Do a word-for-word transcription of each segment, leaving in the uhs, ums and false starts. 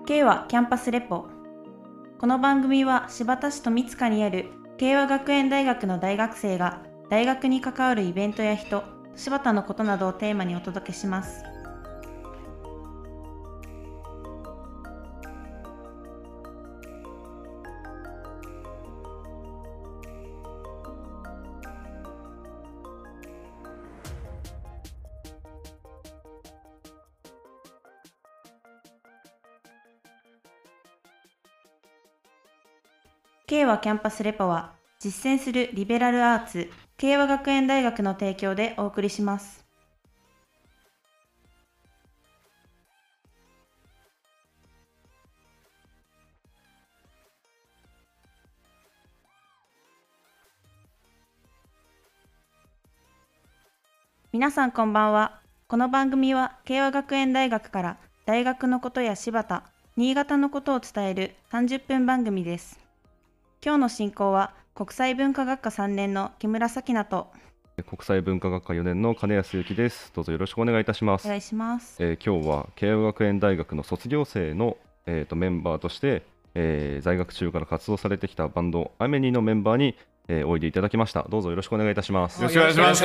K はキャンパスレポ。この番組は新発田市富塚にある慶和学園大学の大学生が大学に関わるイベントや人、新発田のことなどをテーマにお届けします。慶和キャンパスレポは実践するリベラルアーツ慶和学園大学の提供でお送りします。皆さんこんばんは。この番組は慶和学園大学から大学のことや新発田、新潟のことを伝えるさんじゅっぷん番組です。今日の進行は国際文化学科さんねんの木村咲菜と国際文化学科よねんの金安幸です。どうぞよろしくお願いいたします。 お願いします。 えー、今日は慶応学園大学の卒業生の、えー、とメンバーとして、えー、在学中から活動されてきたバンドアメニのメンバーに、えー、おいでいただきました。どうぞよろしくお願いいたします。 よろしくお願いします。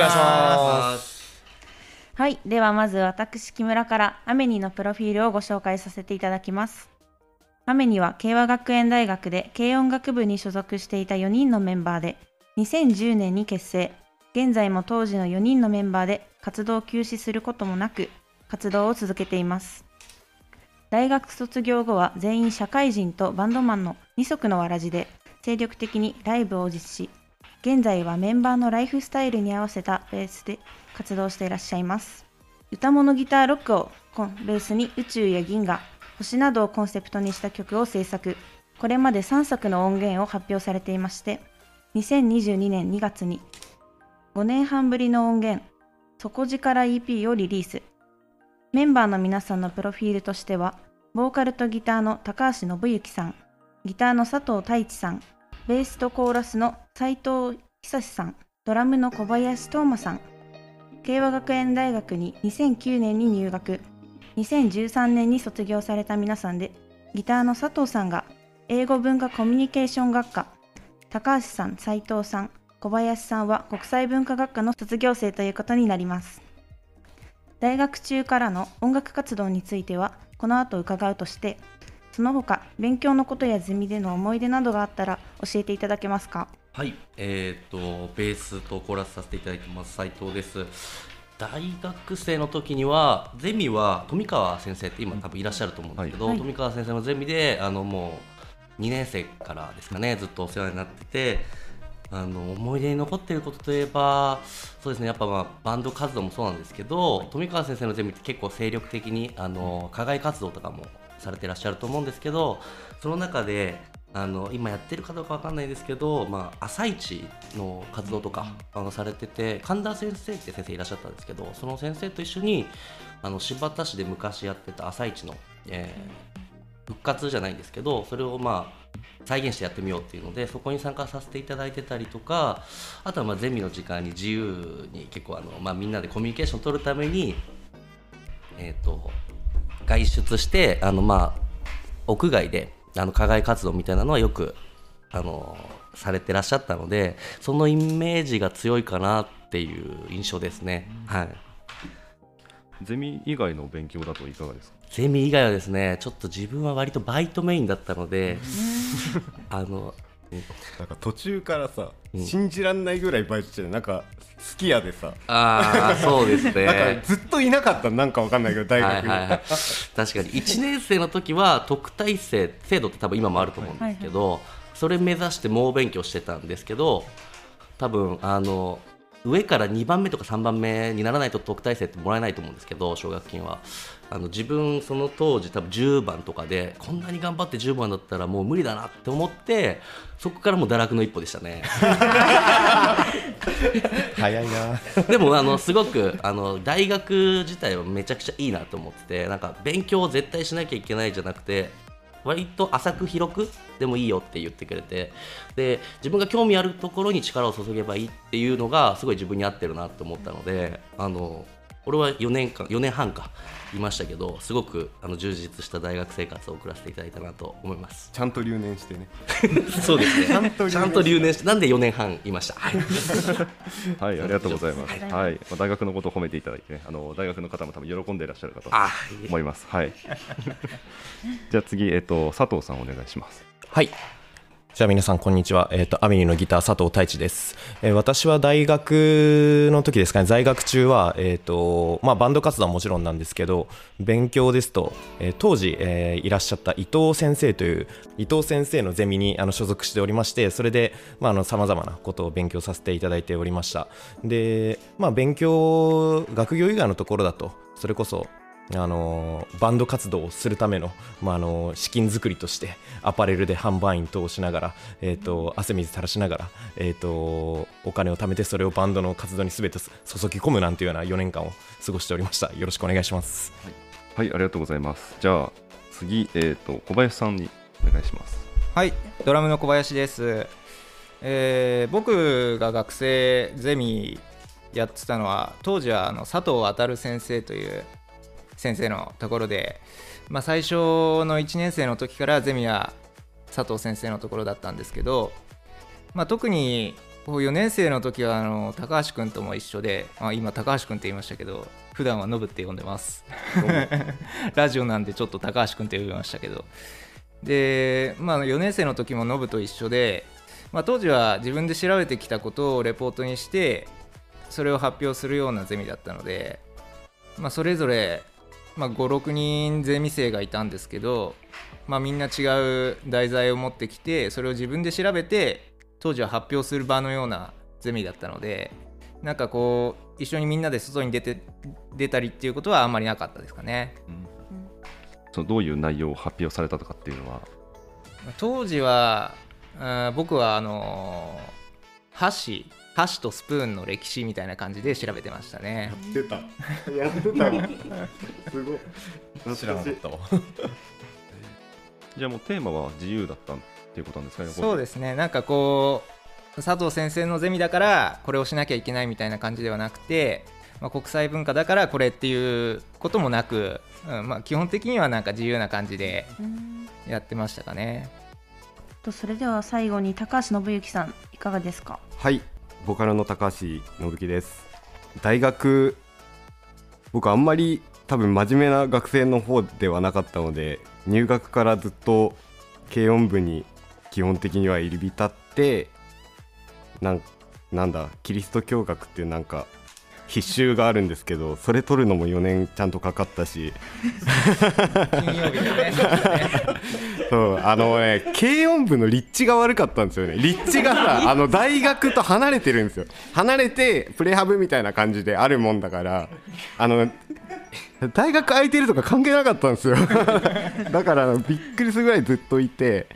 はい、ではまず私木村からアメニのプロフィールをご紹介させていただきます。アメニは慶和学園大学で軽音楽部に所属していたよにんのメンバーでにせんじゅうねんに結成。現在も当時のよにんのメンバーで活動を休止することもなく活動を続けています。大学卒業後は全員社会人とバンドマンの二足のわらじで精力的にライブを実施。現在はメンバーのライフスタイルに合わせたベースで活動していらっしゃいます。歌物ギターロックをベースに宇宙や銀河、星などをコンセプトにした曲を制作。これまでさんさくの音源を発表されていまして、にせんにじゅうにねんにがつにごねんはんぶりの音源底力 イーピー をリリース。メンバーの皆さんのプロフィールとしては、ボーカルとギターの高橋信之さん、ギターの佐藤太一さん、ベースとコーラスの斉藤久さん、ドラムの小林斗真さん。慶和学園大学ににせんきゅうねんに入学、にせんじゅうさんねんに卒業された皆さんで、ギターの佐藤さんが英語文化コミュニケーション学科、高橋さん、斉藤さん、小林さんは国際文化学科の卒業生ということになります。大学中からの音楽活動についてはこの後伺うとして、その他勉強のことやゼミでの思い出などがあったら教えていただけますか。 はい、えー、とベースとコーラスさせていただいてます斉藤です。大学生の時にはゼミは富川先生って今多分いらっしゃると思うんですけど、はい、富川先生のゼミであのもうにねん生からですかね、ずっとお世話になってて、あの思い出に残っていることといえばそうですね、やっぱ、まあ、バンド活動もそうなんですけど、富川先生のゼミって結構精力的にあの課外活動とかもされてらっしゃると思うんですけど、その中であの今やってるかどうかわかんないですけど、まあ、朝一の活動とかあのされてて、神田先生って先生いらっしゃったんですけど、その先生と一緒にあの新発田市で昔やってた朝一の、えー、復活じゃないんですけど、それをまあ再現してやってみようっていうので、そこに参加させていただいてたりとか、あとはまあゼミの時間に自由に結構あの、まあ、みんなでコミュニケーションを取るために、えー、と外出してあの、まあ、屋外であの課外活動みたいなのはよくあのされてらっしゃったので、そのイメージが強いかなっていう印象ですね。はい。 ゼミ以外の勉強だといかがですか。 ゼミ以外はですね、ちょっと自分は割とバイトメインだったのであのなんか途中からさ、うん、信じらんないぐらいバイトしてる、なんか好きやでさ、 ああそうですねなんかずっといなかったなんかわかんないけど大学に、はいはいはい、 確かにいちねん生の時は特待生制度って多分今もあると思うんですけど、はいはい、それ目指して猛勉強してたんですけど、多分あの上からにばんめとかさんばんめにならないと特待生ってもらえないと思うんですけど、奨学金はあの自分その当時多分じゅうばんとかで、こんなに頑張ってじゅうばんだったらもう無理だなって思って、そこからもう堕落の一歩でしたね早いなでもあのすごくあの大学自体はめちゃくちゃいいなと思ってて、なんか勉強を絶対しなきゃいけないじゃなくて、割と浅く広くでもいいよって言ってくれて、で自分が興味あるところに力を注げばいいっていうのがすごい自分に合ってるなと思ったので、あの俺はよねんかんよねんはんかいましたけど、すごくあの充実した大学生活を送らせていただいたなと思います。 ちゃんと留年してねそうですねちゃんと留年ちゃんと留年して、なんでよねんはんいました。はい、 はい、ありがとうございます。 はいはい、まあ、大学のことを褒めていただいてね、あの大学の方も多分喜んでいらっしゃるかとあ思います。はい。じゃあ次、えっと佐藤さんお願いします。 はい。じゃあ皆さんこんにちは。えっとアメニのギター佐藤太一です。えー私は大学の時ですかね。在学中はえっとまあバンド活動はもちろんなんですけど、勉強ですと、えー当時、えーいらっしゃった伊藤先生という伊藤先生のゼミにあの所属しておりまして、それでまああの様々なことを勉強させていただいておりました。で、まあ勉強学業以外のところだと、それこそあのバンド活動をするための、まあ、あの資金作りとしてアパレルで販売員等をしながら、えー、と汗水垂らしながら、えー、とお金を貯めてそれをバンドの活動に全て注ぎ込むなんていうようなよねんかんを過ごしておりました。よろしくお願いします。 はい、ありがとうございます。じゃあ次、えっと小林さんにお願いします。 はい、ドラムの小林です。えー僕が学生ゼミやってたのは、当時はあの佐藤航先生という先生のところで、まあ、最初のいちねん生の時からゼミは佐藤先生のところだったんですけど、まあ、特にこうよねん生の時はあの高橋君とも一緒で、まあ、今高橋君って言いましたけど、普段はノブって呼んでますラジオなんでちょっと高橋君って呼びましたけど、で、まあ、よねん生の時もノブと一緒で、まあ、当時は自分で調べてきたことをレポートにしてそれを発表するようなゼミだったので、まあ、それぞれまあ、ごろくにんゼミ生がいたんですけど、まあ、みんな違う題材を持ってきて、それを自分で調べて当時は発表する場のようなゼミだったので、なんかこう一緒にみんなで外に出て出たりっていうことはあんまりなかったですかね。 うん、そのどういう内容を発表されたとかっていうのは。 当時はあ僕はあの箸箸とスプーンの歴史みたいな感じで調べてましたね。 やってたやってたすごい知らなかったわじゃあもうテーマは自由だったっていうことなんですかね。 そうですね。なんかこう佐藤先生のゼミだからこれをしなきゃいけないみたいな感じではなくて、まあ、国際文化だからこれっていうこともなく、うんまあ、基本的にはなんか自由な感じでやってましたかね。 とそれでは最後に高橋信之さんいかがですか。 はい、ボカロの高橋信之です。大学僕あんまり多分真面目な学生の方ではなかったので、入学からずっと軽音部に基本的には入り浸って、なんなんだキリスト教学っていうなんか必修があるんですけど、それ取るのもよねんちゃんとかかったし金曜日でねそうあのね軽音部の立地が悪かったんですよね。立地がさあの大学と離れてるんですよ。離れてプレハブみたいな感じであるもんだから、あの大学空いてるとか関係なかったんですよだからびっくりするぐらいずっといて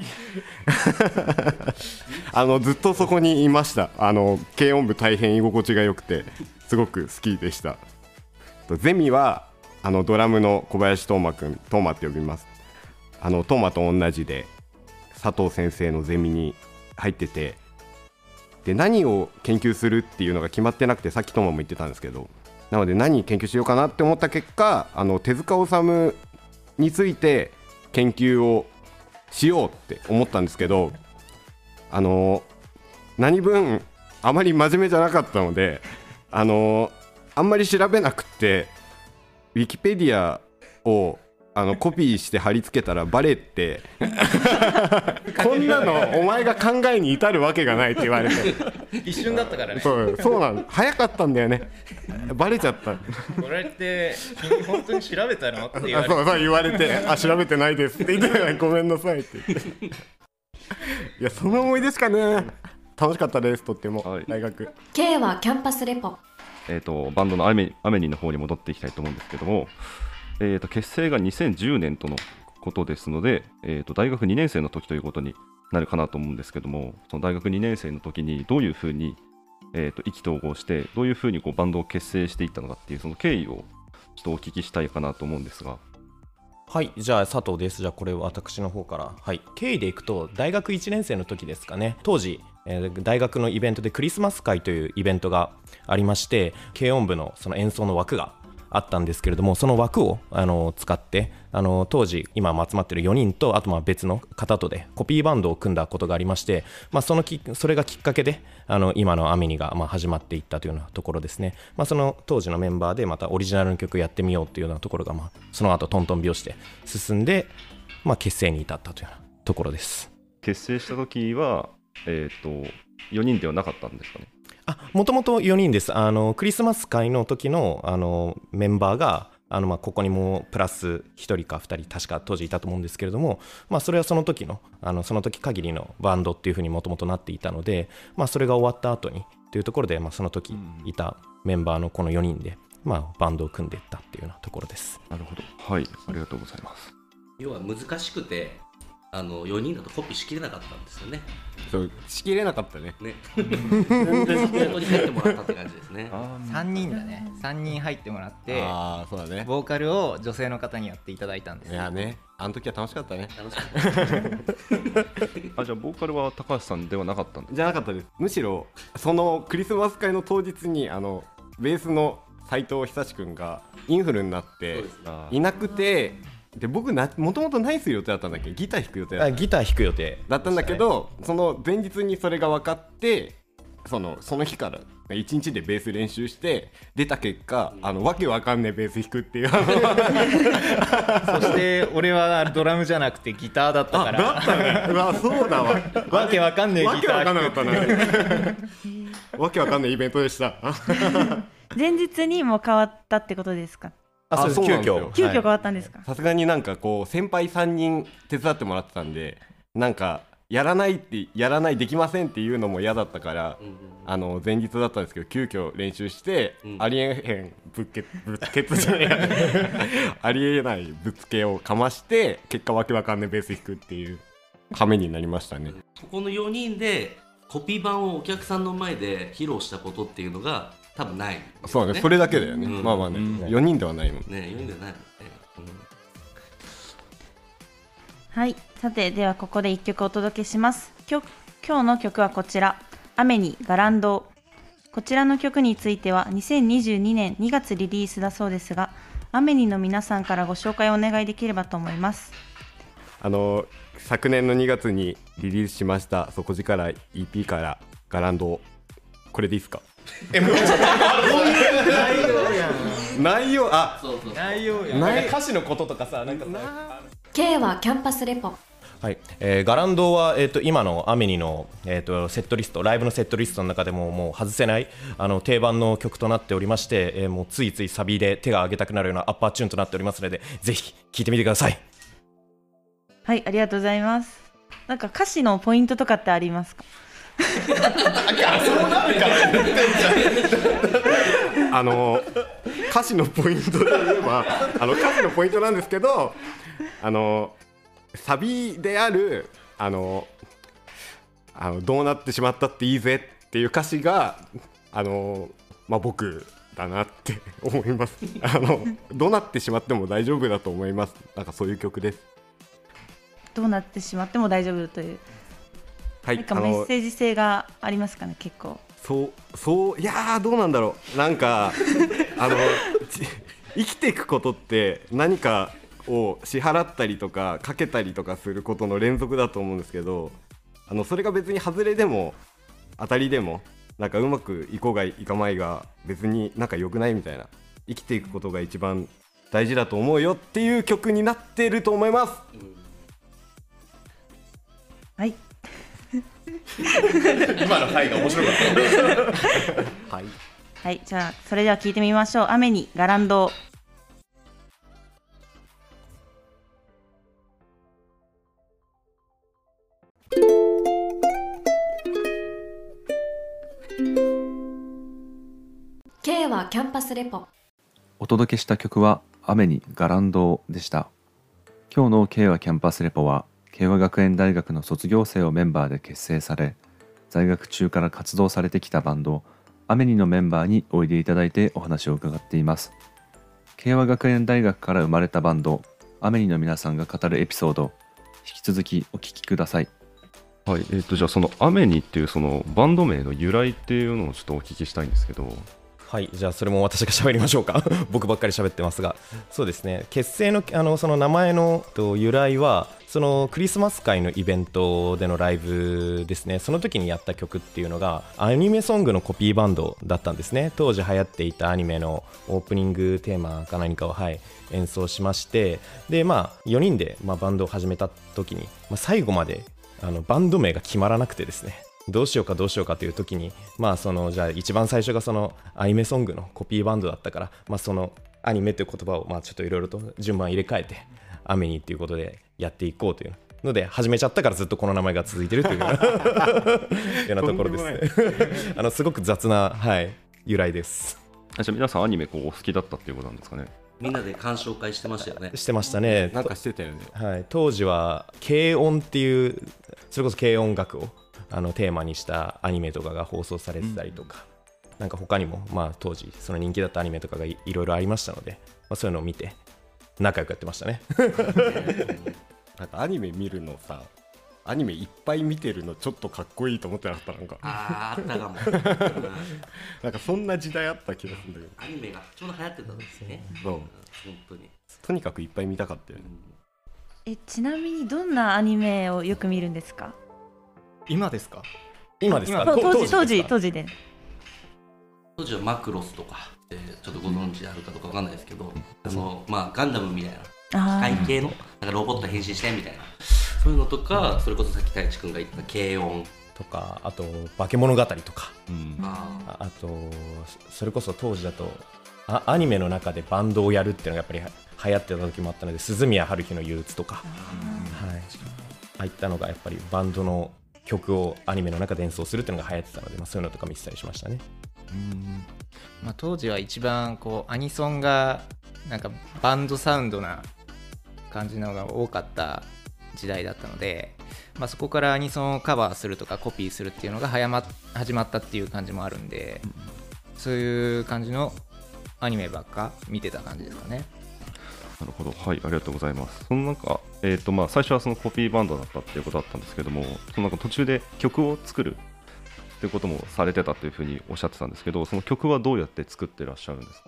あのずっとそこにいました。あの軽音部大変居心地が良くてすごく好きでした。ゼミはあのドラムの小林斗真君、斗真って呼びます。あの斗真と同じで佐藤先生のゼミに入ってて、で何を研究するっていうのが決まってなくて、さっき斗真も言ってたんですけど、なので何研究しようかなって思った結果、あの手塚治虫について研究をしようって思ったんですけど、あの何分あまり真面目じゃなかったので、あのあんまり調べなくてウィキペディアをあのコピーして貼り付けたらバレてこんなのお前が考えに至るわけがないって言われて一瞬だったからね。 そうそうなの、早かったんだよね。バレちゃった。 これって君本当に調べたのって言われてそうそう言われてあ調べてないですって言ってごめんなさいって言っていやその思い出しかね。楽しかったです、とっても、はい、大学 K はキャンパスレポ。 えーとバンドのアメアメニの方に戻っていきたいと思うんですけども、えー、と結成がにせんじゅうねんとのことですので、えー、と大学にねん生の時ということになるかなと思うんですけども、その大学にねん生の時にどういうふうに、えー、と意気投合してどういうふうにこうバンドを結成していったのかっていうその経緯をちょっとお聞きしたいかなと思うんですが。 はい、じゃあ佐藤です。じゃあこれは私の方から、はい、経緯でいくと大学いちねん生の時ですかね。当時、えー、大学のイベントでクリスマス会というイベントがありまして、軽音部のその演奏の枠があったんですけれども、その枠をあの使ってあの当時今集まっているよにんと、あとまあ別の方とでコピーバンドを組んだことがありまして、まあ、そのきそれがきっかけであの今のアメニがまあ始まっていったというようなところですね。まあ、その当時のメンバーでまたオリジナルの曲やってみようというようなところが、まあその後トントン拍子で進んで、まあ、結成に至ったというようなところです。 結成した時は、えー、とよにんではなかったんですかね。 もともとよにんです。あのクリスマス会の時のあのメンバーがあのまあここにもプラスひとりかふたり確か当時いたと思うんですけれども、まあ、それはその時のあのその時限りのバンドっていうふうにもともとなっていたので、まあ、それが終わった後にというところで、まあ、その時いたメンバーのこのよにんで、まあ、バンドを組んでいったっていうようなところです。 なるほど、はい、ありがとうございます。 要は難しくてあのよにんだとコピーしきれなかったんですよね。 そうしきれなかったね。 ね全然スペードに入ってもらったって感じですね。 さんにんだね。さんにん入ってもらって、 ああそうだね。 ボーカルを女性の方にやっていただいたんです。 いやね、あの時は楽しかったね。 楽しかったあ、じゃあボーカルは高橋さんではなかったんですか。 じゃなかったです。むしろそのクリスマス会の当日にあのベースの斉藤久志くんがインフルになっていなくて、で僕なもともと何する予定だったんだっけ。ギター弾く予定だった。 あギター弾く予定だったんだけど、その前日にそれが分かって、そのその日からいちにちでベース練習して出た結果、あのわけわかんねえベース弾くっていうそして俺はドラムじゃなくてギターだったから。 だったね。うわそうだわ。 わけわかんねえギターわけわかんなかったな。わけわかんないイベントでした。 前日にも変わったってことですか。 あ、そうです。急遽急遽変わったんですか。 さすがになんかこう先輩さんにん手伝ってもらってたんで、なんかやらないってやらないできませんっていうのも嫌だったから、うんうん、あの前日だったんですけど急遽練習して、うん、ありえへんぶっけぶっけつじゃないありえないぶつけをかまして結果わけわかんないベース弾くっていう羽目になりましたね。 ここのよにんでコピー版をお客さんの前で披露したことっていうのが多分ない、ね、 そうね、それだけだよね、うん、まあまあね、うん、よにんではないもんね。よにんではないもんね、うん、 はい、さてではここでいっきょくお届けします。今日、今日の曲はこちら、雨にガランド。こちらの曲についてはにせんにじゅうにねんにがつリリースだそうですが、雨にの皆さんからご紹介をお願いできればと思います。 あの昨年のにがつにリリースしました底力 イーピー からガランド、これでいいですか。えもうちょっと内容あそうそう内容やなんか歌詞のこととかさ、なんかさ K はキャンパスレポ。 はい、えー、ガランドは、えー、と今のアメニの、えー、とセットリスト、ライブのセットリストの中でももう外せないあの定番の曲となっておりまして、えー、もうついついサビで手が挙げたくなるようなアッパーチューンとなっておりますので、ぜひ聴いてみてください。 はい、ありがとうございます。なんか歌詞のポイントとかってありますか。 あの歌詞のポイントで言えばあの歌詞のポイントなんですけど、あのサビであるあのあのどうなってしまったっていいぜっていう歌詞があの、まあ、僕だなって思います。あのどうなってしまっても大丈夫だと思います。なんかそういう曲です。 どうなってしまっても大丈夫という、 はい、 なんかメッセージ性がありますかね。結構そうそういやーどうなんだろう。なんかあの生きていくことって何かを支払ったりとかかけたりとかすることの連続だと思うんですけど、あのそれが別に外れでも当たりでもなんかうまくいこうがいかまいが別になんか良くないみたいな、生きていくことが一番大事だと思うよっていう曲になっていると思います、うん、 はい今の回が面白かったはい、 はい、じゃあそれでは聞いてみましょう。雨にガランド。 K はキャンパスレポ。 お届けした曲は雨にガランドでした。今日の K はキャンパスレポは慶和学園大学の卒業生をメンバーで結成され、在学中から活動されてきたバンドアメニのメンバーにおいでいただいてお話を伺っています。慶和学園大学から生まれたバンドアメニの皆さんが語るエピソード、引き続きお聞きください。 はい、えー、とじゃあそのアメニっていうそのバンド名の由来っていうのをちょっとお聞きしたいんですけど。 はい、じゃあそれも私が喋りましょうか僕ばっかり喋ってますが、そうですね、結成の、あのその名前のと由来はそのクリスマス会のイベントでのライブですね。その時にやった曲っていうのがアニメソングのコピーバンドだったんですね。当時流行っていたアニメのオープニングテーマか何かを、はい、演奏しまして、でまあよにんで、まあ、バンドを始めた時に、まあ、最後まであのバンド名が決まらなくてですね、どうしようかどうしようかという時に、まあそのじゃあ一番最初がそのアニメソングのコピーバンドだったから、まあ、そのアニメという言葉をまあちょっといろいろと順番入れ替えてアメニっていうことでやっていこうというので始めちゃったから、ずっとこの名前が続いてるというようなところですねあのすごく雑な、はい、由来です。 じゃあ皆さんアニメこうお好きだったっていうことなんですかね。 みんなで鑑賞会してましたよね。 してましたね。 なんかしてたよね。 はい、当時は軽音っていうそれこそ軽音楽をあのテーマにしたアニメとかが放送されてたりとか、うん、なんか他にも、まあ、当時その人気だったアニメとかが い, いろいろありましたので、まあ、そういうのを見て仲良くやってましたねなんかアニメ見るのさ、アニメいっぱい見てるのちょっとかっこいいと思ってなかった。なんかあーあったかもなんかそんな時代あった気がするんだけど、 アニメがちょうど流行ってたんですね。 そう、 本当にとにかくいっぱい見たかったよね。 えちなみにどんなアニメをよく見るんですか？ 今ですか？ 今ですか？ 当時当時ですか？ 当時で当時はマクロスとか、えー、ちょっとご存知あるかどうかわかんないですけど、あのまあ、ガンダムみたいな機械系のなんかロボット変身してみたいな、そういうのとか、それこそさっき太一くんが言った軽音とか、あと化け物語とか、 うん、 あ, あとそれこそ当時だとあアニメの中でバンドをやるっていうのがやっぱり流行ってた時もあったので、鈴宮春日の憂鬱とか、はい、ああいったのがやっぱりバンドの曲をアニメの中で演奏するっていうのが流行ってたので、まあ、そういうのとか見てたりしましたね。 うん、まあ、当時は一番こうアニソンがなんかバンドサウンドな感じのが多かった時代だったので、まあ、そこからアニソンをカバーするとかコピーするっていうのが早ま始まったっていう感じもあるんで、そういう感じのアニメばっか見てた感じですかね。 なるほど、はい、ありがとうございます。そのなんか、えーとまあ、最初はそのコピーバンドだったっていうことだったんですけども、そのなんか途中で曲を作るっていうこともされてたというふうにおっしゃってたんですけど、その曲はどうやって作ってらっしゃるんですか？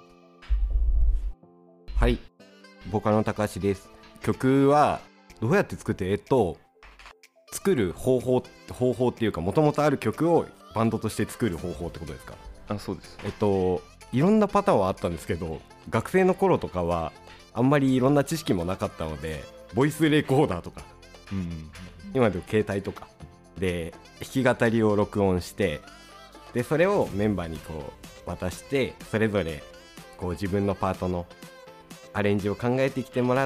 はい、ボーカルの高橋です。曲はどうやって作ってえっと作る方法方法っていうか、もともとある曲をバンドとして作る方法ってことですか？ あ、そうです。 えっといろんなパターンはあったんですけど、学生の頃とかはあんまりいろんな知識もなかったので、ボイスレコーダーとか、うん、今でも携帯とかで弾き語りを録音して、でそれをメンバーにこう渡して、それぞれこう自分のパートのアレンジを考えてきてもらって、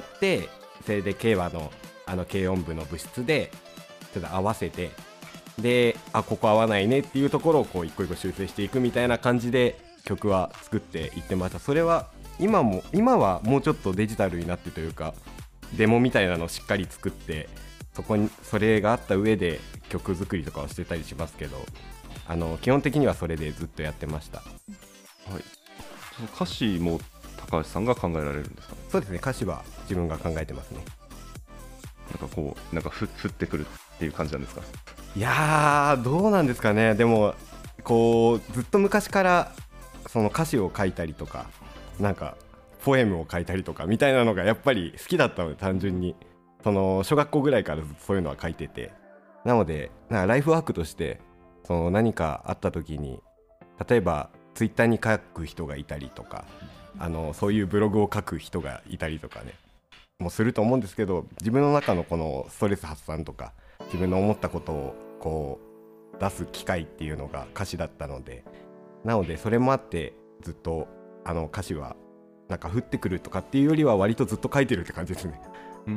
それで軽和のあの軽音部の部室でちょっと合わせて、であここ合わないねっていうところをこう一個一個修正していくみたいな感じで曲は作っていってました。それは今も今はもうちょっとデジタルになってというか、デモみたいなのをしっかり作って、そこにそれがあった上で曲作りとかをしてたりしますけど、あの基本的にはそれでずっとやってました。はい。 その歌詞も高橋さんが考えられるんですか？ そうですね、歌詞は自分が考えてますね。 なんかこうなんかふ降ってくるっていう感じなんですか？ いやーどうなんですかね。でもこうずっと昔からその歌詞を書いたりとか、なんかポエムを書いたりとかみたいなのがやっぱり好きだったので、単純にその小学校ぐらいからずっとそういうのは書いてて、なのでなんかライフワークとしてその何かあった時に、例えばツイッターに書く人がいたりとか、あのそういうブログを書く人がいたりとかね、もうすると思うんですけど、自分の中のこのストレス発散とか自分の思ったことをこう出す機会っていうのが歌詞だったので、なのでそれもあってずっとあの歌詞はなんか降ってくるとかっていうよりは割とずっと書いてるって感じですね。 うん、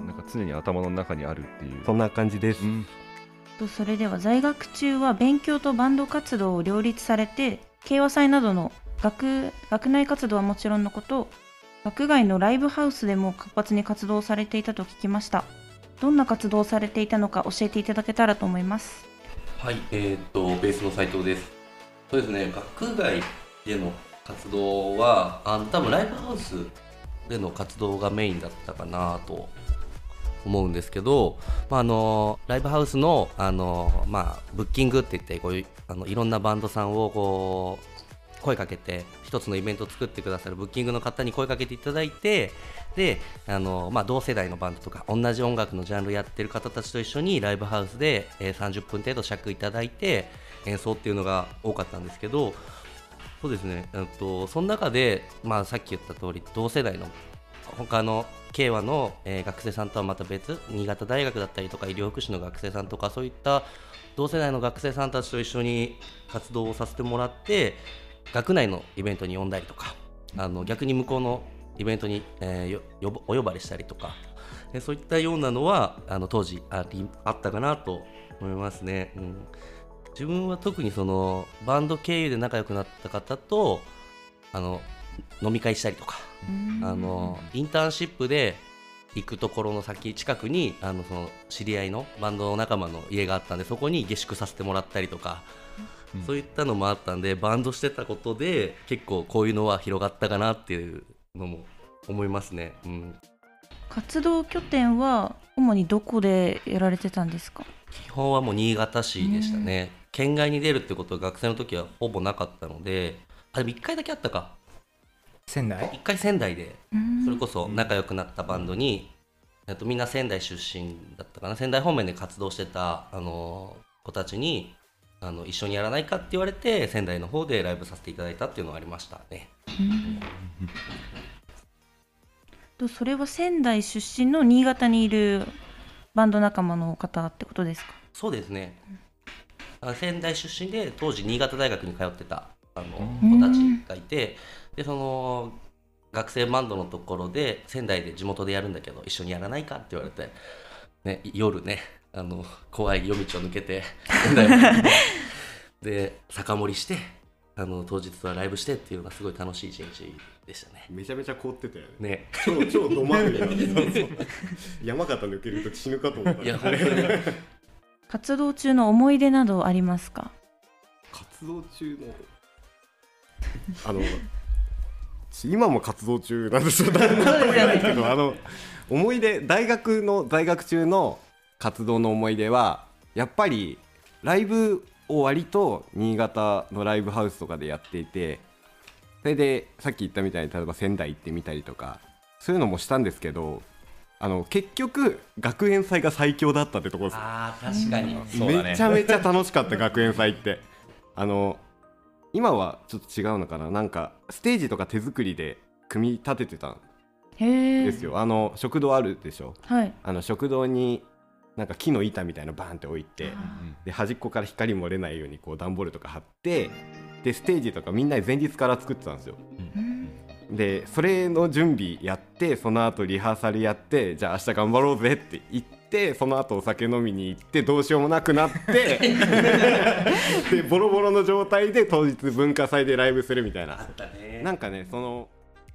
なんか常に頭の中にあるっていう、 そんな感じです。うん、 それでは在学中は勉強とバンド活動を両立されて、慶和祭などの 学, 学内活動はもちろんのこと、学外のライブハウスでも活発に活動されていたと聞きました。どんな活動をされていたのか教えていただけたらと思います。 はい、えー、っとベースの斉藤です。そうですね、学外での活動はあの多分ライブハウスでの活動がメインだったかなと思うんですけど、まあ、あのライブハウスの、あの、まあ、ブッキングっていってこういうあのいろんなバンドさんをこう声かけて一つのイベントを作ってくださるブッキングの方に声かけていただいて、であの、まあ、同世代のバンドとか同じ音楽のジャンルやってる方たちと一緒にライブハウスで、えー、さんじゅっぷん程度尺いただいて演奏っていうのが多かったんですけど、そうですね、えっと、その中で、まあ、さっき言った通り同世代の他の慶和の、えー、学生さんとはまた別、新潟大学だったりとか医療福祉の学生さんとかそういった同世代の学生さんたちと一緒に活動をさせてもらって、学内のイベントに呼んだりとか、あの逆に向こうのイベントに、えー、よよお呼ばれしたりとか、えー、そういったようなのはあの当時ありあったかなと思いますね。うん、自分は特にそのバンド経由で仲良くなった方とあの飲み会したりとか、あのインターンシップで行くところの先近くにあのその知り合いのバンド仲間の家があったんで、そこに下宿させてもらったりとか、うん、そういったのもあったんで、バンドしてたことで結構こういうのは広がったかなっていうのも思いますね。うん、 活動拠点は主にどこでやられてたんですか？ 基本はもう新潟市でしたね。県外に出るってことは学生の時はほぼなかったので、あでもいっかいだけあったか、 仙台いっかい仙台でそれこそ仲良くなったバンドに、えっとみんな仙台出身だったかな、仙台方面で活動してたあの子たちにあの一緒にやらないかって言われて仙台の方でライブさせていただいたっていうのがありましたね。 とそれは仙台出身の新潟にいるバンド仲間の方ってことですか？ そうですね、あ仙台出身で当時新潟大学に通ってたあの子たちがいて、でその学生バンドのところで仙台で地元でやるんだけど一緒にやらないかって言われて、ね、夜ねあの怖い夜道を抜けて仙台で酒盛りしてあの当日はライブしてっていうのがすごい楽しい一日でしたね。 めちゃめちゃ凍ってたよね。 ね超超どまるよ山形抜けると死ぬかと思った。 いや本当に活動中の思い出などありますか？ 活動中のあの今も活動中なんですよ。なんとも言えないけど、あの思い出、大学の在学中の活動の思い出はやっぱりライブを割と新潟のライブハウスとかでやっていて、それでさっき言ったみたいに例えば仙台行ってみたりとかそういうのもしたんですけど、あの結局学園祭が最強だったってところです。 あー確かに、 そうだね、 めちゃめちゃ楽しかった学園祭ってあの今はちょっと違うのかな、なんかステージとか手作りで組み立ててたんですよ。あの食堂あるでしょ、 はい、 あの食堂になんか木の板みたいなのバーンって置いて、で端っこから光漏れないようにこう段ボールとか貼って、でステージとかみんなで前日から作ってたんですよ、うん、でそれの準備やって、その後リハーサルやって、じゃあ明日頑張ろうぜって言って、その後お酒飲みに行ってどうしようもなくなってでボロボロの状態で当日文化祭でライブするみたいな。 あったね。 なんかね、その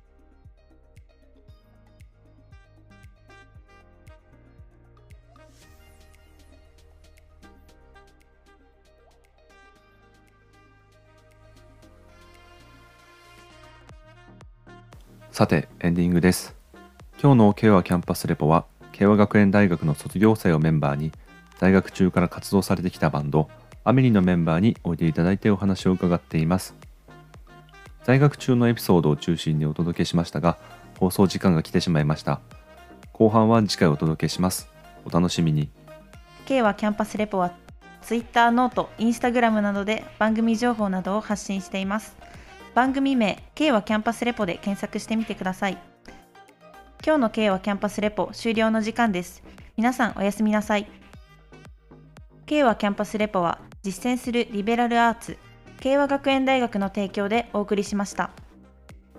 さてエンディングです。今日の慶和キャンパスレポは慶和学園大学の卒業生をメンバーに在学中から活動されてきたバンドアメリのメンバーにおいでいただいてお話を伺っています。在学中のエピソードを中心にお届けしましたが、放送時間が来てしまいました。後半は次回お届けします。お楽しみに。 慶和キャンパスレポは Twitter、ノート、Instagram などで番組情報などを発信しています。番組名慶和キャンパスレポで検索してみてください。今日の慶和キャンパスレポ終了の時間です。皆さんおやすみなさい。慶和キャンパスレポは実践するリベラルアーツ慶和学園大学の提供でお送りしました。